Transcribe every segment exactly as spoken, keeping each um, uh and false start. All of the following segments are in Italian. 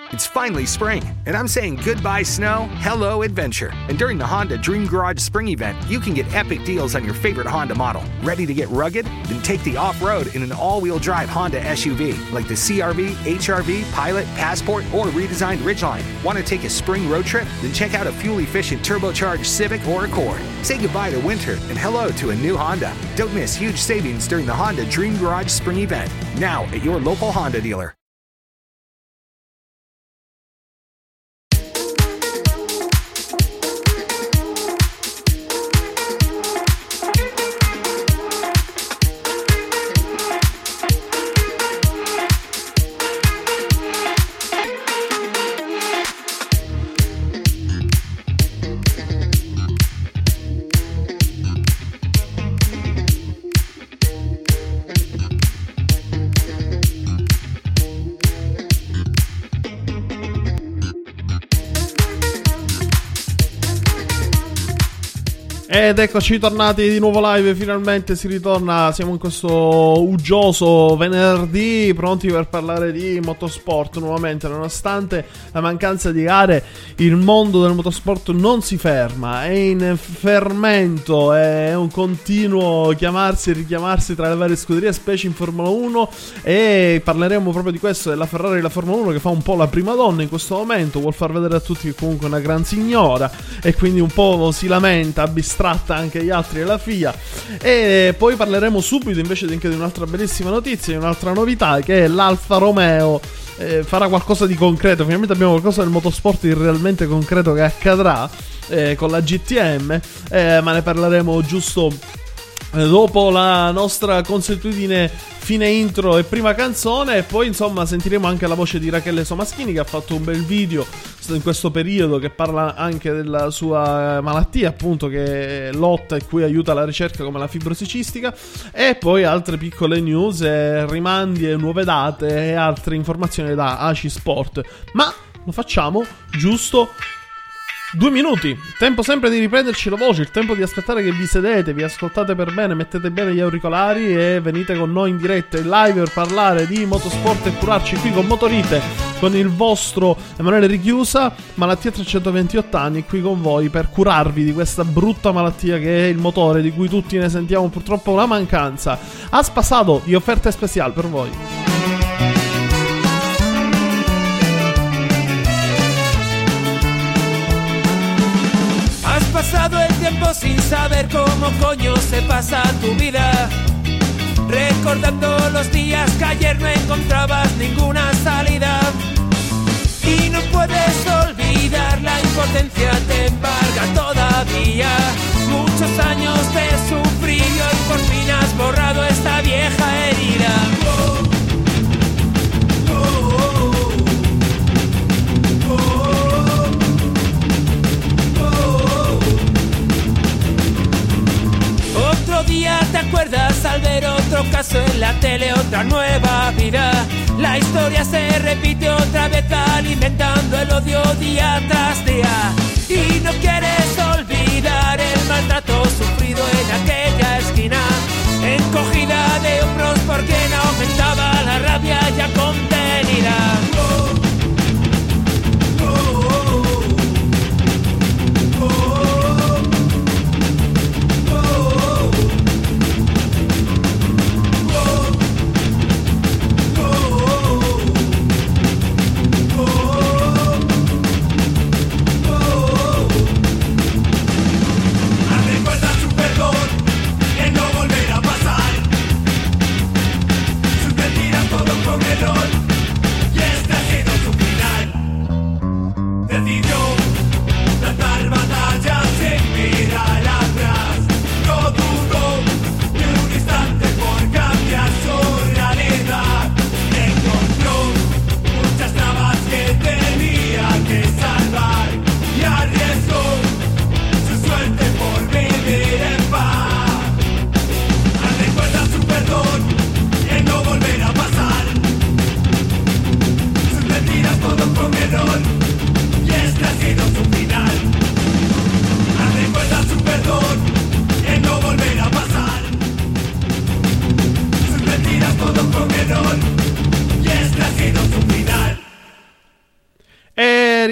It's finally spring, and I'm saying goodbye snow, hello adventure. And during the Honda Dream Garage Spring Event, you can get epic deals on your favorite Honda model. Ready to get rugged? Then take the off-road in an all-wheel drive Honda S U V, like the C R V, H R V, Pilot, Passport, or redesigned Ridgeline. Want to take a spring road trip? Then check out a fuel-efficient turbocharged Civic or Accord. Say goodbye to winter and hello to a new Honda. Don't miss huge savings during the Honda Dream Garage Spring Event. Now at your local Honda dealer. Ed eccoci tornati di nuovo live, finalmente si ritorna, siamo in questo uggioso venerdì, pronti per parlare di motorsport nuovamente. Nonostante la mancanza di gare, il mondo del motorsport non si ferma, è in fermento, è un continuo chiamarsi e richiamarsi tra le varie scuderie, specie in Formula uno, e parleremo proprio di questo, della Ferrari e la Formula uno che fa un po' la prima donna in questo momento, vuol far vedere a tutti che comunque è una gran signora e quindi un po' si lamenta, abbistratta anche gli altri della F I A. E poi parleremo subito invece anche di un'altra bellissima notizia, di un'altra novità, che è l'Alfa Romeo eh, farà qualcosa di concreto. Finalmente abbiamo qualcosa del motorsport di realmente concreto che accadrà eh, con la G T M, eh, ma ne parleremo giusto eh, dopo la nostra consuetudine fine intro e prima canzone. E poi insomma sentiremo anche la voce di Rachele Somaschini, che ha fatto un bel video in questo periodo, che parla anche della sua malattia, appunto, che lotta e cui aiuta la ricerca, come la fibrosi cistica. E poi altre piccole news, e rimandi e nuove date e altre informazioni da A C I Sport. Ma lo facciamo giusto due minuti, tempo sempre di riprenderci la voce, il tempo di aspettare che vi sedete, vi ascoltate per bene, mettete bene gli auricolari e venite con noi in diretta in live per parlare di motorsport e curarci qui con Motorite, con il vostro Emanuele Richiusa, malattia trecentoventotto anni, qui con voi per curarvi di questa brutta malattia che è il motore, di cui tutti ne sentiamo purtroppo la mancanza. A spassato di offerte speciali per voi. Has pasado el tiempo sin saber cómo coño se pasa tu vida, recordando los días que ayer no encontrabas ninguna salida, y no puedes olvidar, la impotencia te embarga todavía. Muchos años de sufrido y por fin has borrado esta vieja herida. Oh. Otro día te acuerdas al ver otro caso en la tele, otra nueva vida. La historia se repite otra vez, alimentando el odio día tras día. Y no quieres olvidar el maltrato sufrido en aquella esquina, encogida de hombros porque no aumentaba la rabia ya contenida. Oh.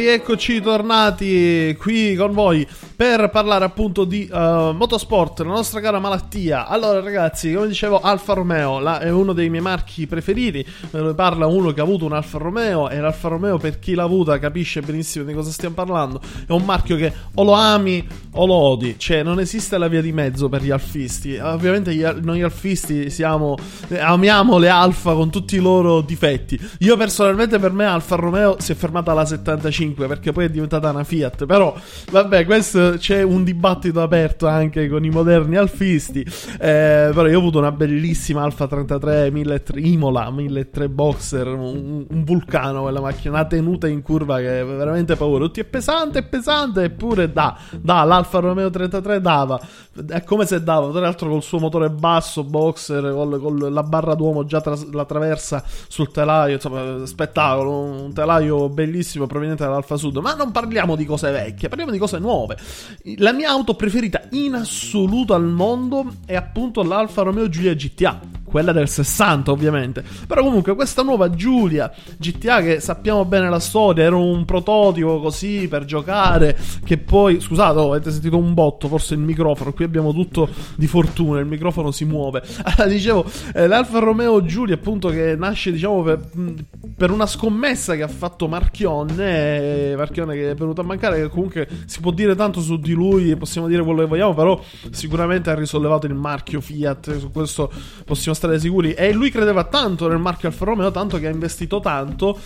eccoci tornati qui con voi per parlare appunto di uh, motorsport, la nostra cara malattia. Allora ragazzi, come dicevo, Alfa Romeo la, è uno dei miei marchi preferiti. Me ne parla uno che ha avuto un Alfa Romeo, e l'Alfa Romeo, per chi l'ha avuta, capisce benissimo di cosa stiamo parlando. È un marchio che o lo ami o lo odi, cioè non esiste la via di mezzo per gli alfisti. Ovviamente gli, noi alfisti siamo, amiamo le Alfa con tutti i loro difetti. Io personalmente, per me Alfa Romeo si è fermata alla settantacinque, perché poi è diventata una Fiat. Però vabbè, questo, c'è un dibattito aperto anche con i moderni alfisti. eh, Però io ho avuto una bellissima Alfa trentatré milletrecento Imola milletrecento Boxer, un, un vulcano quella macchina, una tenuta in curva che è veramente paura. Tutti è pesante, è pesante, eppure da, da l'Alfa Romeo trentatré dava, è come se dava, tra l'altro col suo motore basso Boxer, con, con la barra d'uomo già tra, la traversa sul telaio, insomma spettacolo, un telaio bellissimo proveniente dall'Alfa Sud. Ma non parliamo di cose vecchie, parliamo di cose nuove. La mia auto preferita in assoluto al mondo è appunto l'Alfa Romeo Giulia G T A, quella del sessanta ovviamente. Però comunque questa nuova Giulia G T A, che sappiamo bene la storia, era un prototipo così per giocare, che poi, scusate, oh, avete sentito un botto, forse il microfono, qui abbiamo tutto di fortuna, il microfono si muove. Allora dicevo, eh, l'Alfa Romeo Giulia appunto, che nasce diciamo per, per una scommessa che ha fatto Marchionne, eh, Marchionne che è venuto a mancare, che comunque si può dire tanto su di lui, possiamo dire quello che vogliamo, però sicuramente ha risollevato il marchio Fiat, su questo possiamo stare sicuri. E lui credeva tanto nel marchio Alfa Romeo, tanto che ha investito tanto.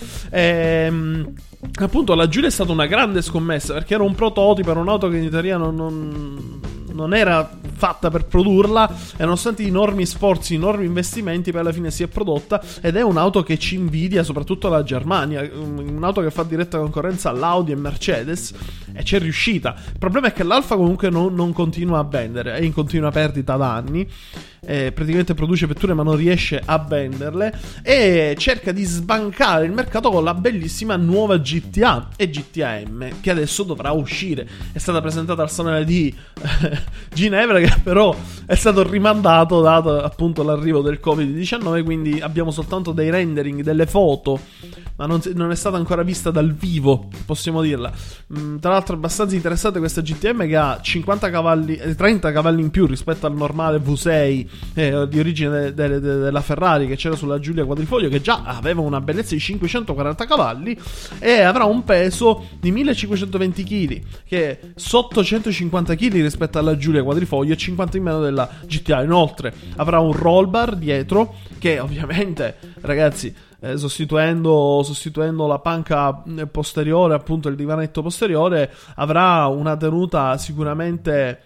Ehm, appunto la Giulia è stata una grande scommessa, perché era un prototipo, era un'auto che in teoria non, non, non era fatta per produrla, e nonostante enormi sforzi, enormi investimenti, poi alla fine si è prodotta, ed è un'auto che ci invidia soprattutto la Germania, un'auto che fa diretta concorrenza all'Audi e Mercedes, e c'è riuscita. Il problema è che l'Alfa comunque non, non continua a vendere, è in continua perdita da anni. Eh, praticamente produce vetture ma non riesce a venderle, e cerca di sbancare il mercato con la bellissima nuova G T A e G T A M, che adesso dovrà uscire. È stata presentata al Salone di eh, Ginevra, che però è stato rimandato dato appunto l'arrivo del covid diciannove, quindi abbiamo soltanto dei rendering, delle foto, ma non, non è stata ancora vista dal vivo, possiamo dirla. Mm, tra l'altro è abbastanza interessante questa G T M, che ha cinquanta cavalli, eh, trenta cavalli in più rispetto al normale V sei eh, di origine de- de- de- della Ferrari che c'era sulla Giulia Quadrifoglio, che già aveva una bellezza di cinquecentoquaranta cavalli, e avrà un peso di millecinquecentoventi chili, che è sotto centocinquanta chili rispetto alla Giulia Quadrifoglio, e cinquanta in meno della G T A. Inoltre avrà un roll bar dietro, che ovviamente, ragazzi, Eh, sostituendo, sostituendo la panca posteriore, appunto il divanetto posteriore, avrà una tenuta sicuramente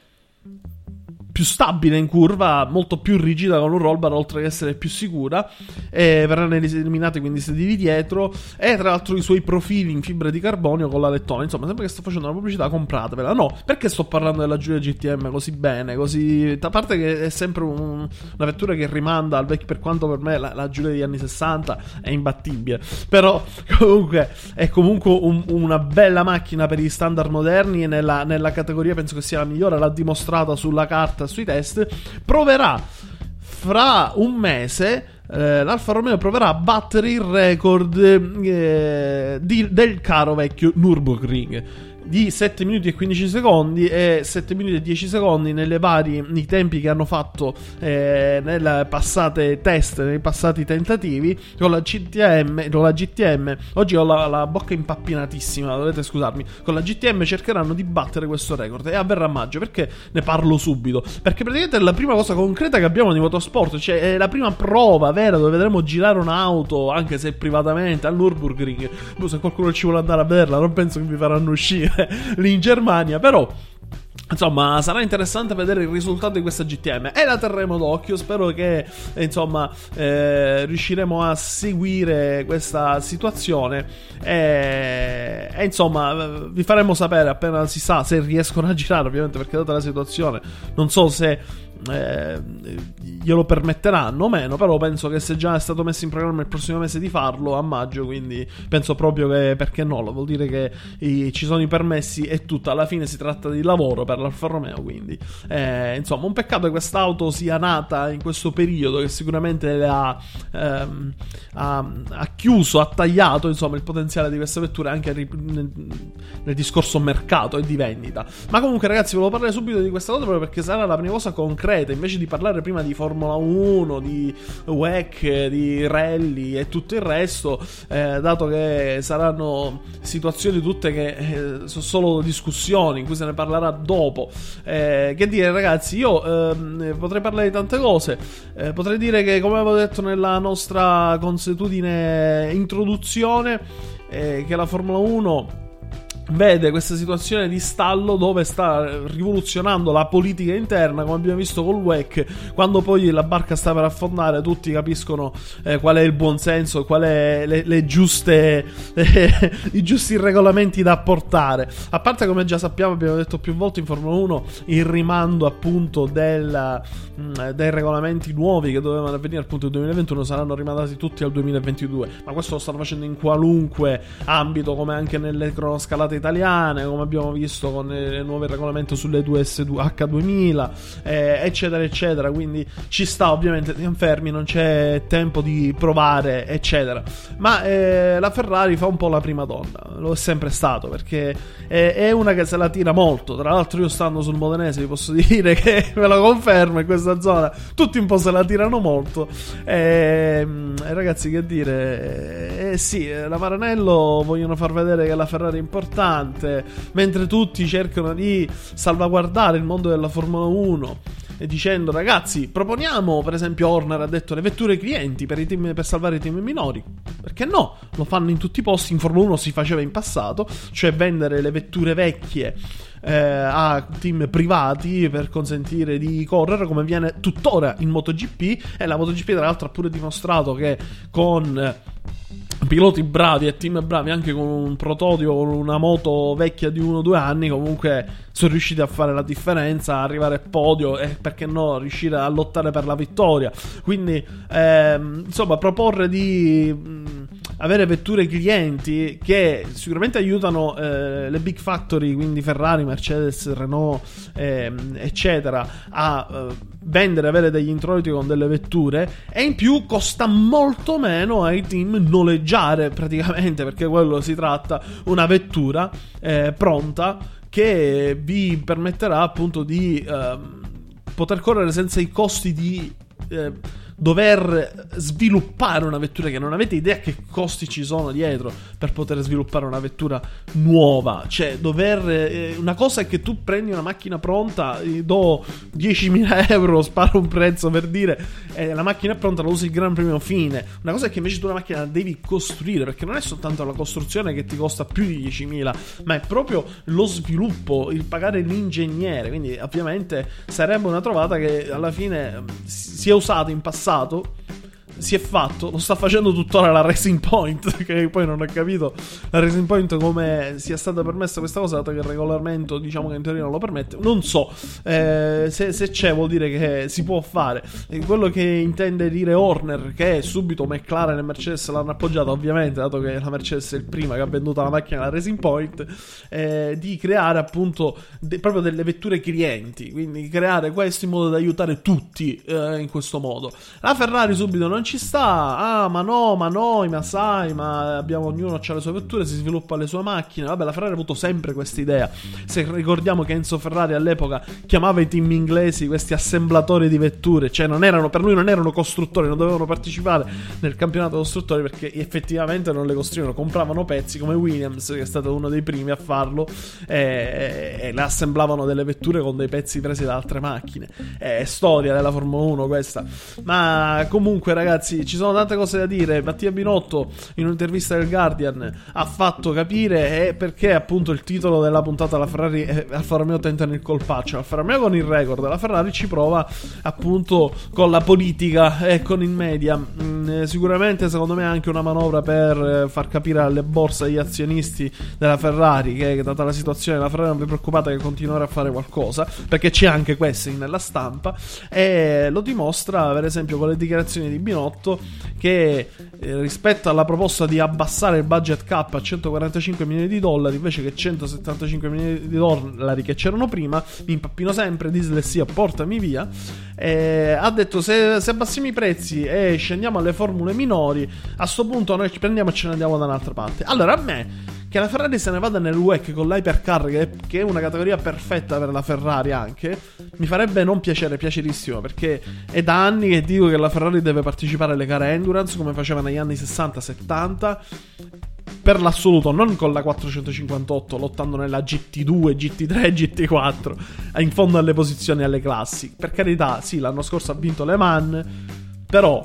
più stabile in curva, molto più rigida con un roll bar, oltre che essere più sicura. E verranno eliminati quindi i sedili dietro, e tra l'altro i suoi profili in fibra di carbonio con la lettone. Insomma, sempre che sto facendo una pubblicità, compratevela. No, perché sto parlando della Giulia G T M così bene, così, a parte che è sempre un, una vettura che rimanda al vecchio, per quanto per me la, la Giulia degli anni sessanta è imbattibile, però comunque è comunque un, una bella macchina per gli standard moderni, e nella, nella categoria penso che sia la migliore, l'ha dimostrata sulla carta, sui test. Proverà fra un mese, eh, l'Alfa Romeo proverà a battere il record eh, di, del caro vecchio Nürburgring di sette minuti e quindici secondi e sette minuti e dieci secondi nelle vari, nei tempi che hanno fatto eh, nelle passate test, nei passati tentativi con la G T M. Con la G T M oggi ho la, la bocca impappinatissima, dovete scusarmi. Con la G T M cercheranno di battere questo record, e avverrà a maggio. Perché ne parlo subito? Perché praticamente è la prima cosa concreta che abbiamo di motorsport, cioè è la prima prova vera dove vedremo girare un'auto, anche se privatamente, al Nürburgring. Se qualcuno ci vuole andare a vederla, non penso che vi faranno uscire lì in Germania, però insomma sarà interessante vedere il risultato di questa G T M, e la terremo d'occhio. Spero che eh, insomma eh, riusciremo a seguire questa situazione, e, e insomma vi faremo sapere appena si sa, se riescono a girare, ovviamente, perché data la situazione non so se eh, glielo permetteranno o meno, però penso che se già è stato messo in programma il prossimo mese di farlo, a maggio, quindi penso proprio che, perché no, vuol dire che i, ci sono i permessi e tutto, alla fine si tratta di lavoro per l'Alfa Romeo, quindi eh, insomma un peccato che quest'auto sia nata in questo periodo, che sicuramente le ha, ehm, ha, ha chiuso, ha tagliato insomma il potenziale di questa vettura anche nel, nel discorso mercato e di vendita. Ma comunque ragazzi, volevo parlare subito di questa cosa proprio perché sarà la prima cosa concreta, invece di parlare prima di Formula uno, di W E C, di rally e tutto il resto, eh, dato che saranno situazioni tutte che eh, sono solo discussioni in cui se ne parlerà dopo, eh, che dire ragazzi, io eh, potrei parlare di tante cose, eh, potrei dire che, come avevo detto nella nostra consuetudine introduzione, eh, che la Formula uno vede questa situazione di stallo dove sta rivoluzionando la politica interna, come abbiamo visto col W E C. Quando poi la barca sta per affondare, tutti capiscono eh, qual è il buonsenso, qual è le, le giuste eh, i giusti regolamenti da apportare. A parte, come già sappiamo, abbiamo detto più volte in Formula uno, il rimando appunto del, mh, dei regolamenti nuovi che dovevano avvenire appunto nel duemilaventuno saranno rimandati tutti al duemilaventidue, ma questo lo stanno facendo in qualunque ambito, come anche nelle cronoscalate italiane, come abbiamo visto con il nuovo regolamento sulle due S H duemila, eh, eccetera eccetera. Quindi ci sta, ovviamente siamo fermi, non c'è tempo di provare eccetera, ma eh, la Ferrari fa un po' la prima donna, lo è sempre stato, perché è, è una che se la tira molto. Tra l'altro io, stando sul modenese, vi posso dire che ve lo confermo, in questa zona tutti un po' se la tirano molto, e, e ragazzi, che dire, eh, sì, la Maranello vogliono far vedere che la Ferrari è importante, mentre tutti cercano di salvaguardare il mondo della Formula uno, e dicendo ragazzi, proponiamo, per esempio Horner ha detto, le vetture clienti per i team, per salvare i team minori. Perché no? Lo fanno in tutti i posti. In Formula uno si faceva in passato, cioè vendere le vetture vecchie eh, a team privati per consentire di correre, come viene tuttora in MotoGP. E la MotoGP tra l'altro ha pure dimostrato che con piloti bravi e team bravi, anche con un prototipo, con una moto vecchia di uno o due anni, comunque sono riusciti a fare la differenza, arrivare al podio e, perché no, riuscire a lottare per la vittoria. Quindi ehm, insomma, proporre di mh, avere vetture clienti che sicuramente aiutano eh, le big factory, quindi Ferrari, Mercedes, Renault ehm, eccetera, a eh, vendere, avere degli introiti con delle vetture, e in più costa molto meno ai team noleggiare, praticamente, perché quello si tratta, una vettura eh, pronta che vi permetterà appunto di eh, poter correre senza i costi di eh, dover sviluppare una vettura, che non avete idea che costi ci sono dietro per poter sviluppare una vettura nuova. Cioè, dover eh, una cosa è che tu prendi una macchina pronta, do diecimila euro, sparo un prezzo per dire, eh, la macchina è pronta, la usi il gran premio, fine. Una cosa è che invece tu una macchina la devi costruire, perché non è soltanto la costruzione che ti costa più di diecimila, ma è proprio lo sviluppo, il pagare l'ingegnere. Quindi ovviamente sarebbe una trovata che alla fine si è usata in passato, si è fatto, lo sta facendo tuttora la Racing Point, che poi non ho capito la Racing Point come sia stata permessa questa cosa, dato che il regolamento, diciamo che in teoria non lo permette. Non so, eh, se, se c'è, vuol dire che si può fare. E quello che intende dire Horner, che subito McLaren e Mercedes l'hanno appoggiata, ovviamente, dato che la Mercedes è il prima che ha venduto la macchina alla Racing Point, eh, di creare appunto de- proprio delle vetture clienti, quindi creare questo in modo da aiutare tutti eh, in questo modo. La Ferrari subito non ci sta, ah ma no, ma no, ma sai, ma abbiamo, ognuno ha le sue vetture, si sviluppa le sue macchine. Vabbè, la Ferrari ha avuto sempre questa idea. Se ricordiamo che Enzo Ferrari all'epoca chiamava i team inglesi questi assemblatori di vetture, cioè non erano, per lui non erano costruttori, non dovevano partecipare nel campionato costruttori, perché effettivamente non le costruivano, compravano pezzi, come Williams, che è stato uno dei primi a farlo, e, e le assemblavano delle vetture con dei pezzi presi da altre macchine. È storia della Formula uno questa. Ma comunque ragazzi, ragazzi, ci sono tante cose da dire. Mattia Binotto in un'intervista del Guardian ha fatto capire eh, perché appunto il titolo della puntata la Ferrari eh, Alfa Romeo tentano il colpaccio. Alfa Romeo con il record, la Ferrari ci prova appunto con la politica e con il media. mm, eh, Sicuramente secondo me è anche una manovra per eh, far capire alle borse, agli azionisti della Ferrari che data la situazione la Ferrari non vi preoccupate che continuerà a fare qualcosa, perché c'è anche questo nella stampa. E lo dimostra per esempio con le dichiarazioni di Binotto che eh, rispetto alla proposta di abbassare il budget cap a centoquarantacinque milioni di dollari invece che centosettantacinque milioni di dollari che c'erano prima, mi impappino sempre, dislessia, portami via. Eh, ha detto se, se abbassiamo i prezzi e scendiamo alle formule minori, a sto punto noi ci prendiamo e ce ne andiamo da un'altra parte. Allora a me che la Ferrari se ne vada nel W E C con l'hypercar, che è, che è una categoria perfetta per la Ferrari anche, mi farebbe non piacere, piacerissimo, perché è da anni che dico che la Ferrari deve partecipare alle gare endurance come faceva negli anni sessanta settanta, per l'assoluto, non con la quattrocentocinquantotto lottando nella G T due, G T tre, G T quattro in fondo alle posizioni, alle classi. Per carità, sì, l'anno scorso ha vinto Le Mans, però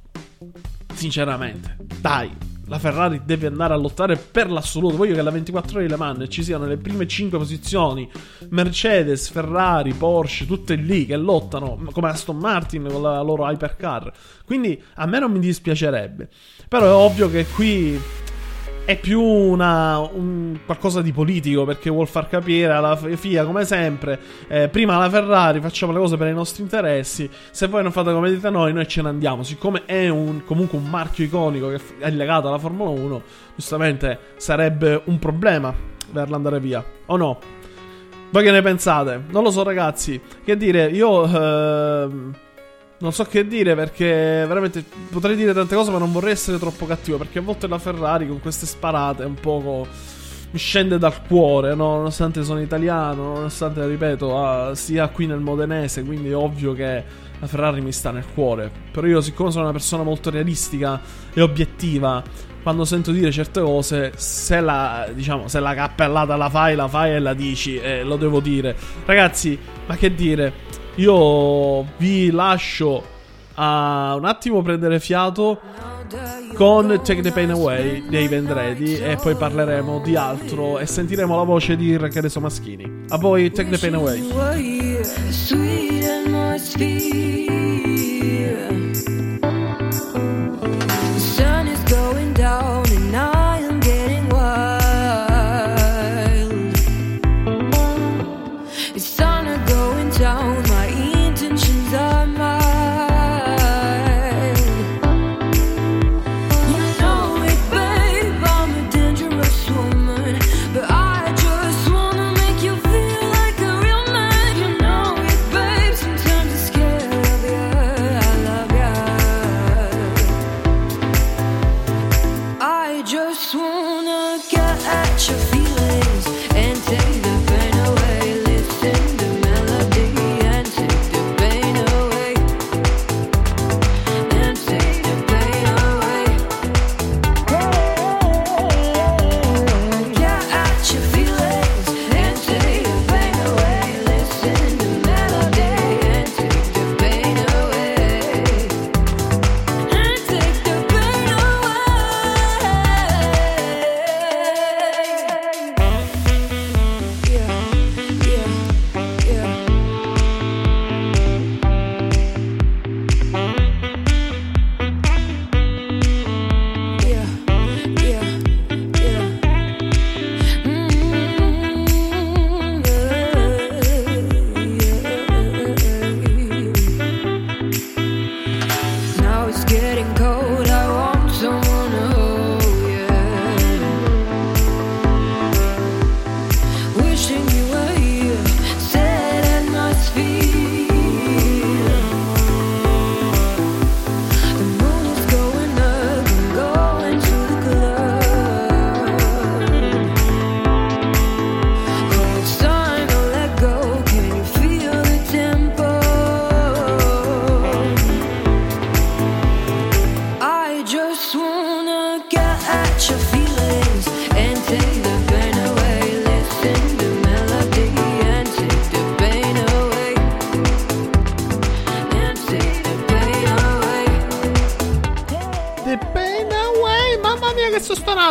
sinceramente, dai, la Ferrari deve andare a lottare per l'assoluto. Voglio che alla ventiquattro ore di Le Mans ci siano le prime cinque posizioni Mercedes, Ferrari, Porsche, tutte lì che lottano, come Aston Martin con la loro hypercar. Quindi a me non mi dispiacerebbe. Però è ovvio che qui è più una un qualcosa di politico, perché vuol far capire alla F I A come sempre, eh, prima la Ferrari, facciamo le cose per i nostri interessi, se voi non fate come dite noi, noi ce ne andiamo. Siccome è un, comunque un marchio iconico che è legato alla Formula uno, giustamente sarebbe un problema verla andare via, o no? Voi che ne pensate? Non lo so ragazzi, che dire, io eh, non so che dire, perché veramente potrei dire tante cose ma non vorrei essere troppo cattivo, perché a volte la Ferrari con queste sparate un poco mi scende dal cuore, no? Nonostante sono italiano, nonostante, ripeto, ah, sia qui nel modenese, quindi è ovvio che la Ferrari mi sta nel cuore. Però io, siccome sono una persona molto realistica e obiettiva, quando sento dire certe cose, se la, diciamo, se la cappellata la fai, la fai e la dici, e lo devo dire. Ragazzi, ma che dire, io vi lascio a un attimo prendere fiato con Take the Pain Away dei Vendredi e poi parleremo di altro e sentiremo la voce di Rachele Somaschini. A voi Take the Pain Away.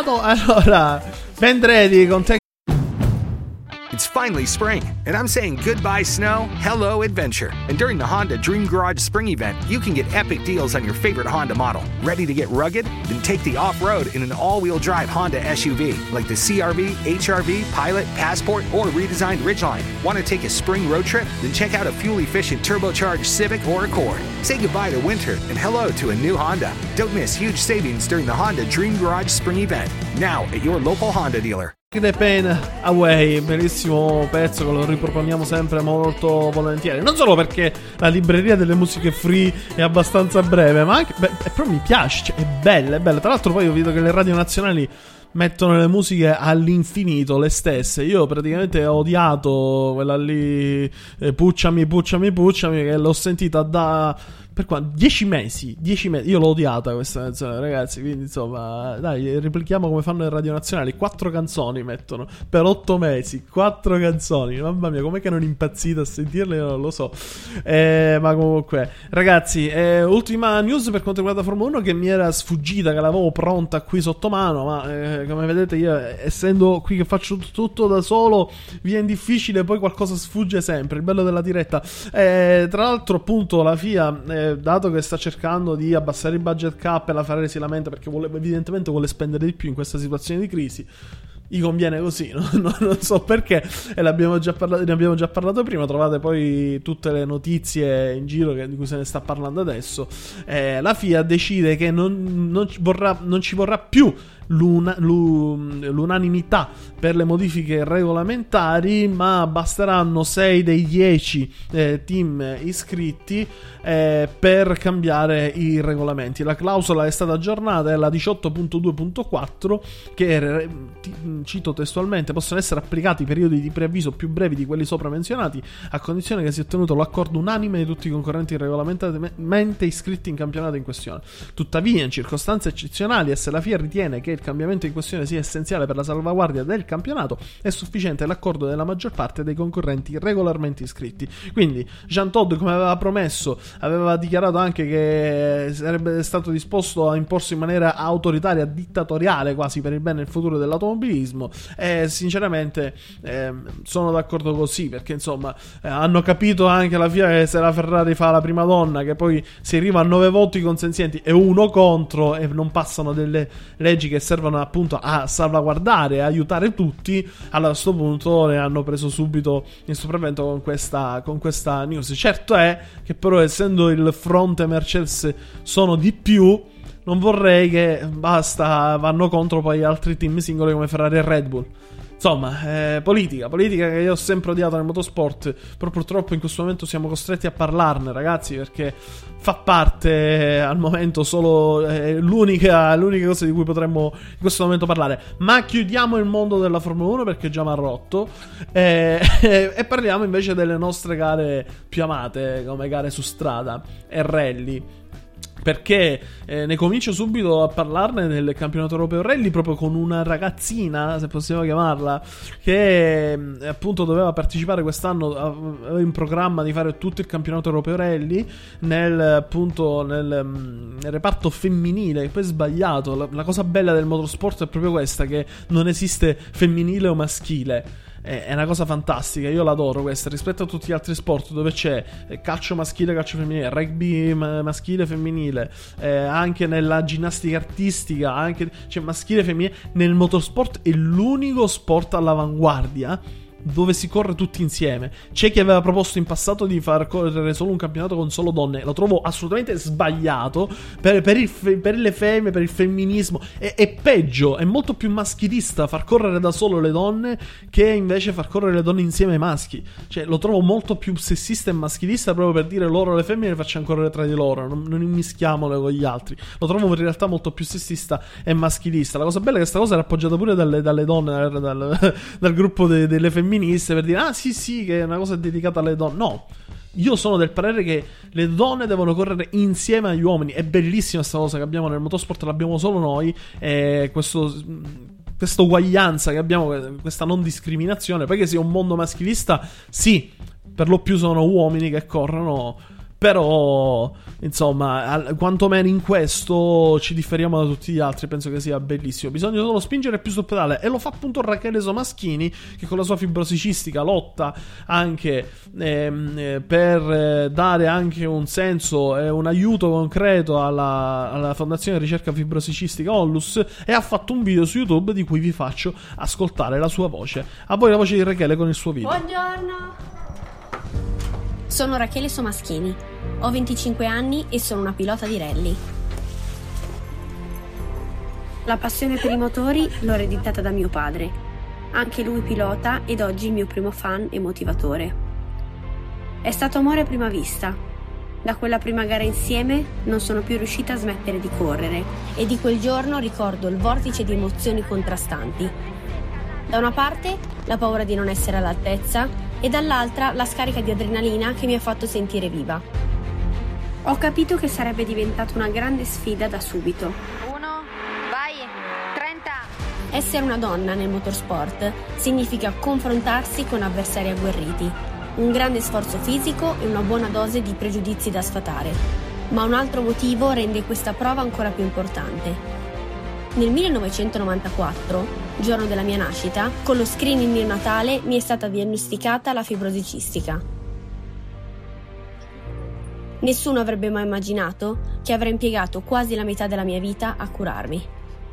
sbagliato. Allora, Ben ready con te. It's finally spring, and I'm saying goodbye snow, hello adventure. And during the Honda Dream Garage Spring Event, you can get epic deals on your favorite Honda model. Ready to get rugged? Then take the off-road in an all-wheel drive Honda S U V, like the C R V, H R V, Pilot, Passport, or redesigned Ridgeline. Want to take a spring road trip? Then check out a fuel-efficient turbocharged Civic or Accord. Say goodbye to winter and hello to a new Honda. Don't miss huge savings during the Honda Dream Garage Spring Event, now at your local Honda dealer. The Pain Away, bellissimo pezzo che lo riproponiamo sempre molto volentieri. Non solo perché la libreria delle musiche free è abbastanza breve, ma anche beh, però mi piace, cioè, è bella, è bella. Tra l'altro poi io vedo che le radio nazionali mettono le musiche all'infinito, le stesse. Io praticamente ho odiato quella lì, eh, Pucciami, Pucciami, Pucciami, che l'ho sentita da... Per quanto? Dieci mesi, dieci mesi. Io l'ho odiata questa canzone, ragazzi. Quindi, insomma, dai, replichiamo come fanno le radio nazionali. Quattro canzoni mettono per otto mesi. Quattro canzoni. Mamma mia, com'è che non impazzite a sentirle? Io non lo so. Eh, ma comunque, ragazzi, eh, ultima news per quanto riguarda Formula uno che mi era sfuggita, che l'avevo pronta qui sotto mano. Ma eh, come vedete, io, essendo qui che faccio tutto da solo, viene difficile. Poi qualcosa sfugge sempre. Il bello della diretta. Eh, tra l'altro, appunto, la F I A. Eh, dato che sta cercando di abbassare il budget cap e la Ferrari si lamenta perché vuole, evidentemente vuole spendere di più in questa situazione di crisi, gli conviene così, no? non, non so perché, e l'abbiamo già parlato, ne abbiamo già parlato prima. Trovate poi tutte le notizie in giro che, di cui se ne sta parlando adesso. Eh, la F I A decide che non, non, ci vorrà, non ci vorrà più L'una, l'unanimità per le modifiche regolamentari, ma basteranno sei dei dieci eh, team iscritti eh, per cambiare i regolamenti. La clausola è stata aggiornata, è la diciotto punto due punto quattro, che, cito testualmente, possono essere applicati periodi di preavviso più brevi di quelli sopra menzionati, a condizione che sia ottenuto l'accordo unanime di tutti i concorrenti regolamentarmente iscritti in campionato in questione. Tuttavia, in circostanze eccezionali, e se la F I A ritiene che il cambiamento in questione sia essenziale per la salvaguardia del campionato, è sufficiente l'accordo della maggior parte dei concorrenti regolarmente iscritti. Quindi Jean Todt, come aveva promesso, aveva dichiarato anche che sarebbe stato disposto a imporsi in maniera autoritaria, dittatoriale quasi, per il bene e il futuro dell'automobilismo, e sinceramente eh, sono d'accordo così, perché insomma eh, hanno capito anche la F I A che se la Ferrari fa la prima donna, che poi si arriva a nove voti consenzienti e uno contro e non passano delle leggi che servono appunto a salvaguardare e aiutare tutti, allora a questo punto ne hanno preso subito il sopravvento con questa, con questa news. Certo è che però, essendo il fronte Mercedes sono di più, non vorrei che basta vanno contro poi altri team singoli come Ferrari e Red Bull. Insomma, eh, politica, politica che io ho sempre odiato nel motorsport, però purtroppo in questo momento siamo costretti a parlarne, ragazzi, perché fa parte eh, al momento solo eh, l'unica, l'unica cosa di cui potremmo in questo momento parlare. Ma chiudiamo il mondo della Formula uno perché già mi ha rotto, eh, e parliamo invece delle nostre gare più amate, come gare su strada e rally. Perché eh, ne comincio subito a parlarne nel campionato europeo rally, proprio con una ragazzina, se possiamo chiamarla, che eh, appunto doveva partecipare quest'anno, aveva in programma di fare tutto il campionato europeo rally nel, appunto, nel, nel reparto femminile, che poi è sbagliato. La, la cosa bella del motorsport è proprio questa, che non esiste femminile o maschile. È una cosa fantastica, io l'adoro questa, rispetto a tutti gli altri sport dove c'è calcio maschile, calcio femminile, rugby maschile e femminile, eh, anche nella ginnastica artistica, anche c'è maschile e femminile. Nel motorsport è l'unico sport all'avanguardia dove si corre tutti insieme. C'è chi aveva proposto in passato di far correre solo un campionato con solo donne, lo trovo assolutamente sbagliato per, per, il fe- per le femmine, per il femminismo. È, è peggio, è molto più maschilista far correre da solo le donne che invece far correre le donne insieme ai maschi. Cioè, lo trovo molto più sessista e maschilista, proprio per dire loro le femmine le facciamo correre tra di loro, non, non immischiamole con gli altri. Lo trovo in realtà molto più sessista e maschilista. La cosa bella è che questa cosa era appoggiata pure dalle, dalle donne, dal, dal, dal gruppo de, delle femministe, per dire ah sì sì che è una cosa dedicata alle donne. No, io sono del parere che le donne devono correre insieme agli uomini. È bellissima questa cosa che abbiamo nel motorsport, l'abbiamo solo noi, e questo, questa uguaglianza che abbiamo, questa non discriminazione. Poi che sia un mondo maschilista, sì, per lo più sono uomini che corrono, Però insomma, al, quantomeno in questo ci differiamo da tutti gli altri. Penso che sia bellissimo. Bisogna solo spingere più sul pedale, e lo fa appunto Rachele Somaschini, che con la sua fibrosi cistica lotta anche ehm, per eh, dare anche un senso e un aiuto concreto alla, alla Fondazione Ricerca Fibrosi Cistica Onlus, e ha fatto un video su YouTube di cui vi faccio ascoltare la sua voce. A voi la voce di Rachele con il suo video. Buongiorno, sono Rachele Somaschini, ho venticinque anni e sono una pilota di rally. La passione per i motori l'ho ereditata da mio padre, anche lui pilota ed oggi il mio primo fan e motivatore. È stato amore a prima vista. Da quella prima gara insieme non sono più riuscita a smettere di correre, e di quel giorno ricordo il vortice di emozioni contrastanti. Da una parte la paura di non essere all'altezza, e dall'altra la scarica di adrenalina che mi ha fatto sentire viva. Ho capito che sarebbe diventata una grande sfida da subito. Uno, vai, trenta. Essere una donna nel motorsport significa confrontarsi con avversari agguerriti, un grande sforzo fisico e una buona dose di pregiudizi da sfatare. Ma un altro motivo rende questa prova ancora più importante. Nel millenovecentonovantaquattro, giorno della mia nascita, con lo screening neonatale mi è stata diagnosticata la fibrosi cistica. Nessuno avrebbe mai immaginato che avrei impiegato quasi la metà della mia vita a curarmi.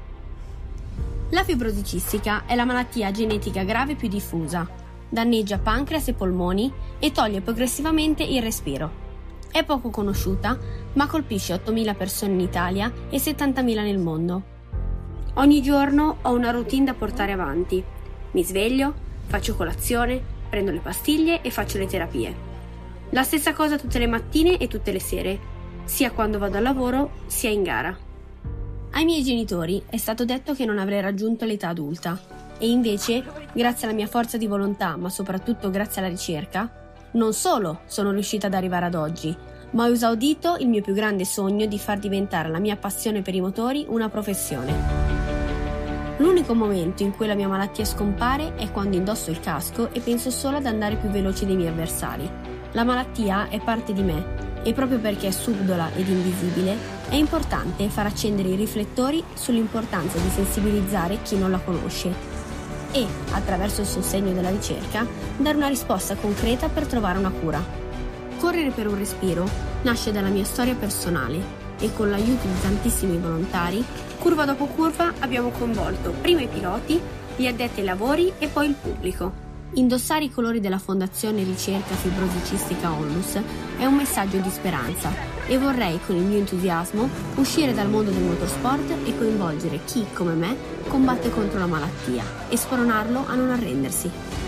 La fibrosi cistica è la malattia genetica grave più diffusa. Danneggia pancreas e polmoni e toglie progressivamente il respiro. È poco conosciuta, ma colpisce ottomila persone in Italia e settantamila nel mondo. Ogni giorno ho una routine da portare avanti. Mi sveglio, faccio colazione, prendo le pastiglie e faccio le terapie. La stessa cosa tutte le mattine e tutte le sere, sia quando vado al lavoro, sia in gara. Ai miei genitori è stato detto che non avrei raggiunto l'età adulta, e invece, grazie alla mia forza di volontà, ma soprattutto grazie alla ricerca, non solo sono riuscita ad arrivare ad oggi, ma ho esaudito il mio più grande sogno di far diventare la mia passione per i motori una professione. L'unico momento in cui la mia malattia scompare è quando indosso il casco e penso solo ad andare più veloce dei miei avversari. La malattia è parte di me, e proprio perché è subdola ed invisibile, è importante far accendere i riflettori sull'importanza di sensibilizzare chi non la conosce e, attraverso il sostegno della ricerca, dare una risposta concreta per trovare una cura. Correre per un respiro nasce dalla mia storia personale, e con l'aiuto di tantissimi volontari, curva dopo curva abbiamo coinvolto prima i piloti, gli addetti ai lavori e poi il pubblico. Indossare i colori della Fondazione Ricerca Fibrosi Cistica Onlus è un messaggio di speranza, e vorrei con il mio entusiasmo uscire dal mondo del motorsport e coinvolgere chi, come me, combatte contro la malattia e spronarlo a non arrendersi.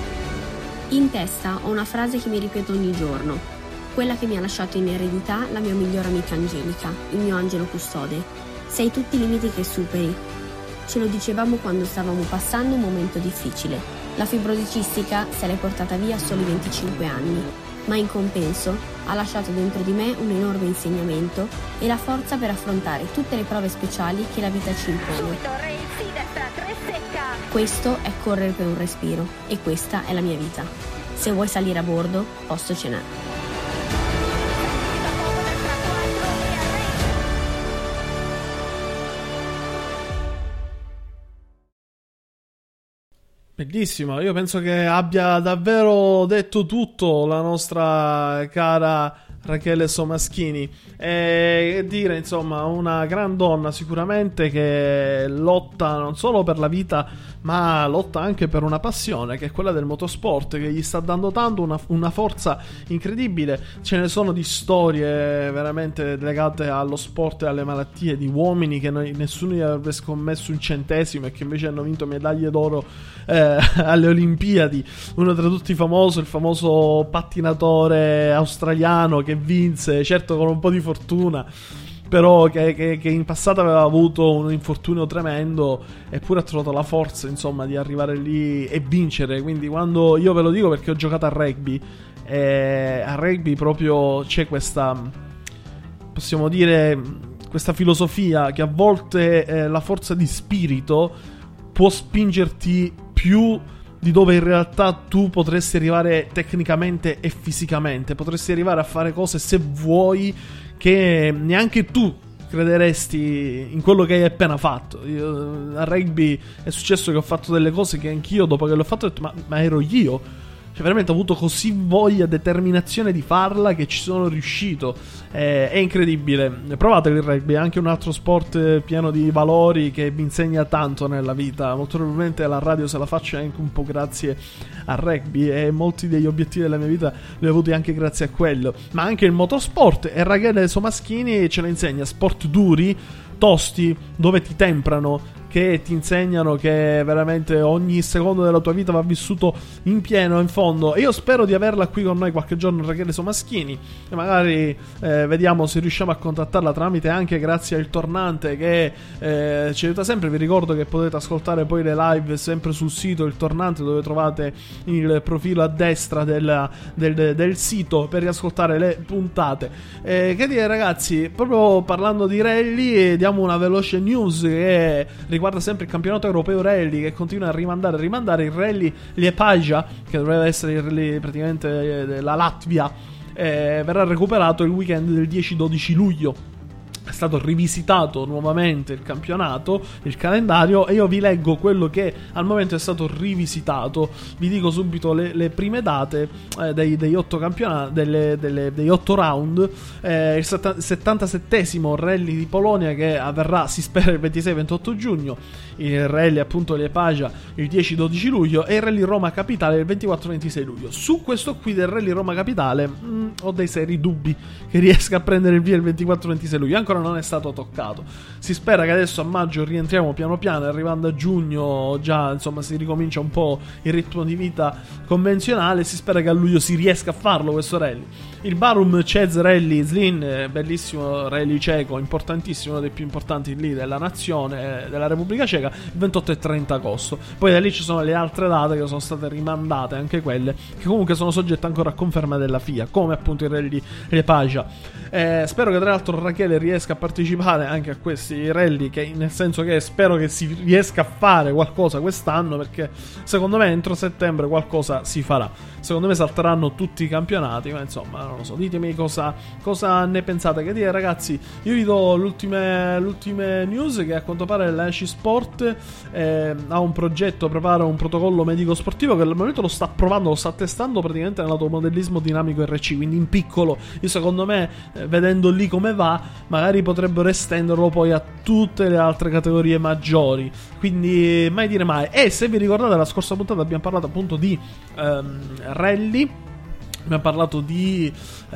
In testa ho una frase che mi ripeto ogni giorno, quella che mi ha lasciato in eredità la mia migliore amica Angelica, il mio angelo custode. Sei tutti i limiti che superi. Ce lo dicevamo quando stavamo passando un momento difficile. La fibrosi cistica se l'è portata via a soli venticinque anni, ma in compenso ha lasciato dentro di me un enorme insegnamento e la forza per affrontare tutte le prove speciali che la vita ci impone. Questo è correre per un respiro, e questa è la mia vita. Se vuoi salire a bordo, posto ce n'è. Bellissimo, io penso che abbia davvero detto tutto la nostra cara Rachele Somaschini, e dire insomma una gran donna sicuramente, che lotta non solo per la vita ma lotta anche per una passione che è quella del motorsport, che gli sta dando tanto, una, una forza incredibile. Ce ne sono di storie veramente legate allo sport e alle malattie, di uomini che noi, nessuno gli avrebbe scommesso un centesimo e che invece hanno vinto medaglie d'oro eh, alle Olimpiadi. Uno tra tutti famoso, il famoso pattinatore australiano che vinse, certo con un po' di fortuna, però che, che, che in passato aveva avuto un infortunio tremendo, eppure ha trovato la forza insomma di arrivare lì e vincere. Quindi quando, io ve lo dico perché ho giocato a rugby, e a rugby proprio c'è questa, possiamo dire, questa filosofia che a volte eh, la forza di spirito può spingerti più di dove in realtà tu potresti arrivare tecnicamente e fisicamente, potresti arrivare a fare cose, se vuoi, che neanche tu crederesti in quello che hai appena fatto. Io, a rugby è successo che ho fatto delle cose che anch'io, dopo che l'ho fatto, ho detto ma, ma ero io. Cioè veramente ho avuto così voglia, determinazione di farla che ci sono riuscito. eh, È incredibile. Provate il rugby, è anche un altro sport pieno di valori che vi insegna tanto nella vita. Molto probabilmente la radio se la faccio anche un po' grazie al rugby, e molti degli obiettivi della mia vita li ho avuti anche grazie a quello. Ma anche il motorsport, e Rachele Somaschini ce la insegna. Sport duri, tosti, dove ti temprano, che ti insegnano che veramente ogni secondo della tua vita va vissuto in pieno, in fondo. E io spero di averla qui con noi qualche giorno, Rachele Somaschini, e magari eh, vediamo se riusciamo a contattarla tramite anche grazie al tornante che eh, ci aiuta sempre. Vi ricordo che potete ascoltare poi le live sempre sul sito Il Tornante, dove trovate il profilo a destra del, del, del sito per riascoltare le puntate. Eh, che dire ragazzi, proprio parlando di rally, diamo una veloce news che riguarda sempre il campionato europeo rally, che continua a rimandare a rimandare. Il rally Liepaja, che dovrebbe essere il rally praticamente della Latvia, eh, verrà recuperato il weekend del dieci dodici luglio. È stato rivisitato nuovamente il campionato, il calendario, e io vi leggo quello che al momento è stato rivisitato. Vi dico subito le, le prime date eh, dei, degli otto campionati, delle, delle, degli otto round. eh, Il settantasettesimo rally di Polonia, che avverrà, si spera, il ventisei ventotto giugno. Il rally appunto Liepaja il dieci dodici luglio, e il rally Roma Capitale il ventiquattro ventisei luglio. Su questo qui del rally Roma Capitale mh, ho dei seri dubbi che riesca a prendere il via il ventiquattro ventisei luglio. Ancora non è stato toccato. Si spera che adesso a maggio rientriamo piano piano, arrivando a giugno già insomma si ricomincia un po' il ritmo di vita convenzionale. Si spera che a luglio si riesca a farlo questo rally. Il Barum Cez Rally Zlin, bellissimo rally ceco, importantissimo, uno dei più importanti lì della nazione, della Repubblica Ceca, il ventotto e trenta agosto. Poi da lì ci sono le altre date che sono state rimandate, anche quelle che comunque sono soggette ancora a conferma della F I A, come appunto il rally Liepaja. Eh, spero che tra l'altro Rachele riesca a partecipare anche a questi rally, che nel senso che spero che si riesca a fare qualcosa quest'anno, perché secondo me entro settembre qualcosa si farà. Secondo me salteranno tutti i campionati, ma insomma non lo so, ditemi cosa, cosa ne pensate. Che dire ragazzi, io vi do l'ultime, l'ultime news, che a quanto pare la Esci Sport eh, ha un progetto, prepara un protocollo medico sportivo che al momento lo sta provando, lo sta testando praticamente nell'automodellismo dinamico R C, quindi in piccolo. Io secondo me eh, vedendo lì come va, magari potrebbero estenderlo poi a tutte le altre categorie maggiori, quindi mai dire mai. E se vi ricordate, la scorsa puntata abbiamo parlato appunto di ehm, rally, abbiamo parlato di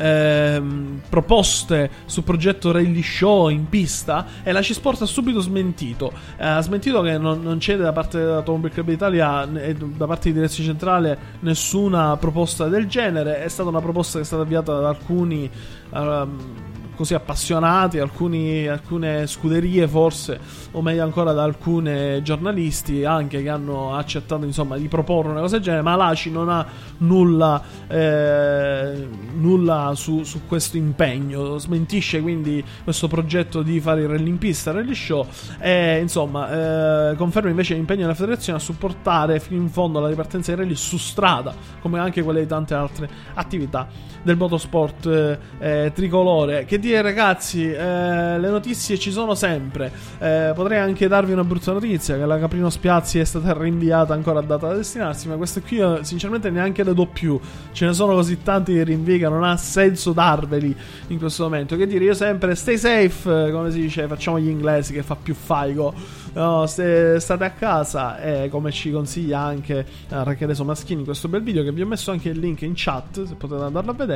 ehm, proposte sul progetto Rally Show in pista, e la C-Sport ha subito smentito. Eh, ha smentito che non, non c'è da parte dell'Automobile Club d'Italia e da parte di Direzione Centrale nessuna proposta del genere. È stata una proposta che è stata avviata da alcuni ehm, così appassionati, alcuni, alcune scuderie forse, o meglio ancora da alcune giornalisti anche, che hanno accettato insomma di proporre una cosa del genere, ma l'A C I non ha nulla eh, nulla su, su questo impegno, smentisce quindi questo progetto di fare il rally in pista, rally show, e insomma eh, conferma invece l'impegno della federazione a supportare fino in fondo la ripartenza dei rally su strada, come anche quelle di tante altre attività del motorsport eh, eh, tricolore. Che dire ragazzi, eh, le notizie ci sono sempre. eh, potrei anche darvi una brutta notizia, che la Caprino Spiazzi è stata rinviata ancora a data da destinarsi, ma queste qui io sinceramente neanche le do più. Ce ne sono così tanti di rinvii che non ha senso darveli in questo momento. Che dire, io sempre stay safe, come si dice, facciamo gli inglesi che fa più faigo, no, se state a casa, e come ci consiglia anche Rachele Somaschini in questo bel video, che vi ho messo anche il link in chat se potete andarlo a vedere.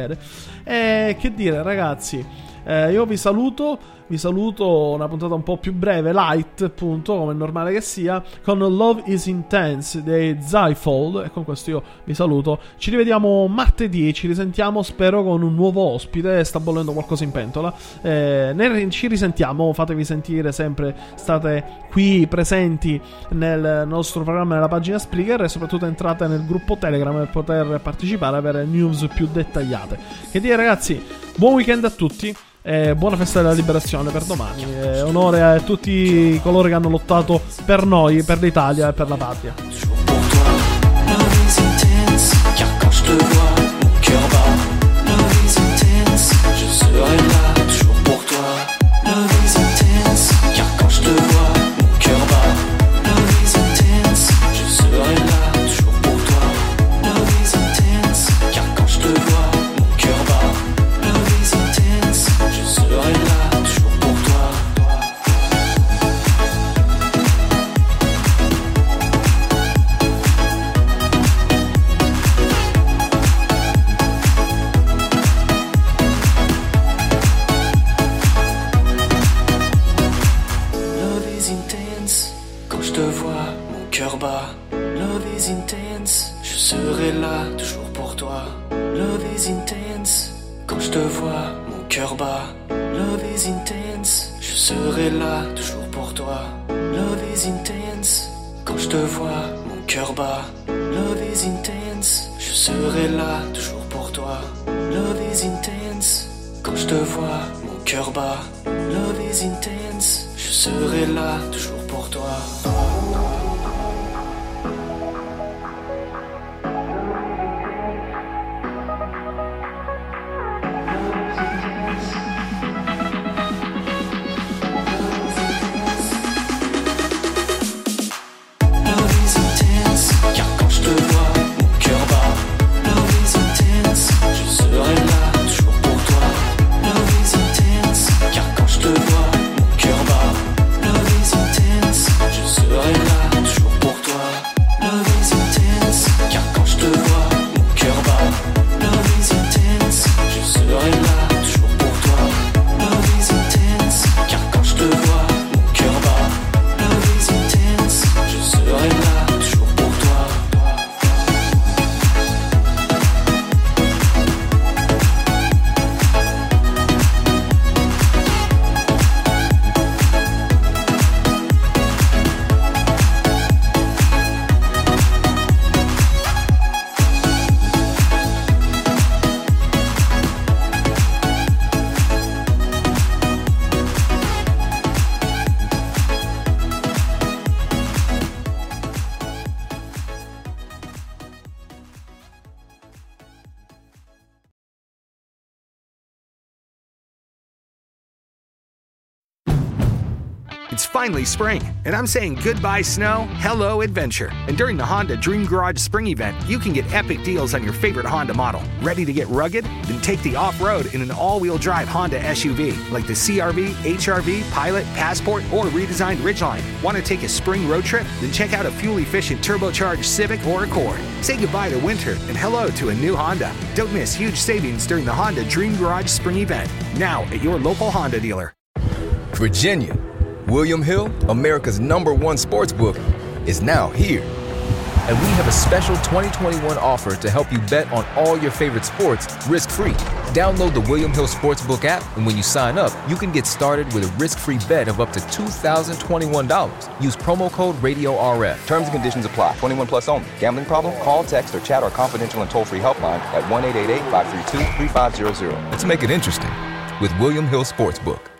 E che dire ragazzi, eh, io vi saluto, vi saluto, una puntata un po' più breve, light appunto, come è normale che sia, con Love is Intense dei Zyfold, e con questo io vi saluto. Ci rivediamo martedì, ci risentiamo spero con un nuovo ospite, sta bollendo qualcosa in pentola, eh, ne, ci risentiamo, fatevi sentire sempre, state qui presenti nel nostro programma, nella pagina Spreaker, e soprattutto entrate nel gruppo Telegram per poter partecipare e avere news più dettagliate. Che dire ragazzi, buon weekend a tutti, e buona festa della liberazione per domani, e onore a tutti coloro che hanno lottato per noi, per l'Italia e per la patria. intense, car quand je te vois, mon cœur bat. Love is intense, je serai là toujours pour toi. Love is intense, car quand je te vois, mon cœur bat. Love is intense, je serai là toujours pour toi. Love is intense, car quand je te vois, mon cœur bat. Love is intense, je serai là toujours pour toi. Love is intense, quand je te vois, mon cœur bat. Love is intense, je serai là toujours pour toi. Love is intense, quand je te vois, mon cœur bat. Love is intense, je serai là toujours pour toi. Love is intense, quand je te vois, mon cœur bat. Love is intense, je serai là toujours pour toi. Love is intense, quand je te vois, mon cœur bat. Love is intense, je serai là toujours pour toi. Love is intense, car quand je te vois, mon cœur bat. Love is intense, je serai là toujours pour toi. Love is intense, car quand je te vois, mon cœur bat. Love is intense, je serai là toujours pour toi. Love is intense, car quand je te vois, mon cœur bat. Love is intense, je serai là toujours pour toi. Love is intense, car quand je te vois, mon cœur bat. Love is intense, je serai là toujours pour toi. It's finally spring, and I'm saying goodbye snow, hello adventure. And during the Honda Dream Garage Spring Event, you can get epic deals on your favorite Honda model. Ready to get rugged? Then take the off-road in an all-wheel drive Honda S U V, like the C R V, H R V, Pilot, Passport, or redesigned Ridgeline. Want to take a spring road trip? Then check out a fuel-efficient turbocharged Civic or Accord. Say goodbye to winter and hello to a new Honda. Don't miss huge savings during the Honda Dream Garage Spring Event. Now at your local Honda dealer. Virginia, William Hill, America's number one sports book, is now here. And we have a special twenty twenty-one offer to help you bet on all your favorite sports risk-free. Download the William Hill Sportsbook app, and when you sign up, you can get started with a risk-free bet of up to two thousand twenty-one dollars. Use promo code Radio R F. Terms and conditions apply. twenty-one plus only. Gambling problem? Call, text, or chat our confidential and toll-free helpline at one eight eight eight, five three two, three five zero zero. Let's make it interesting with William Hill Sportsbook.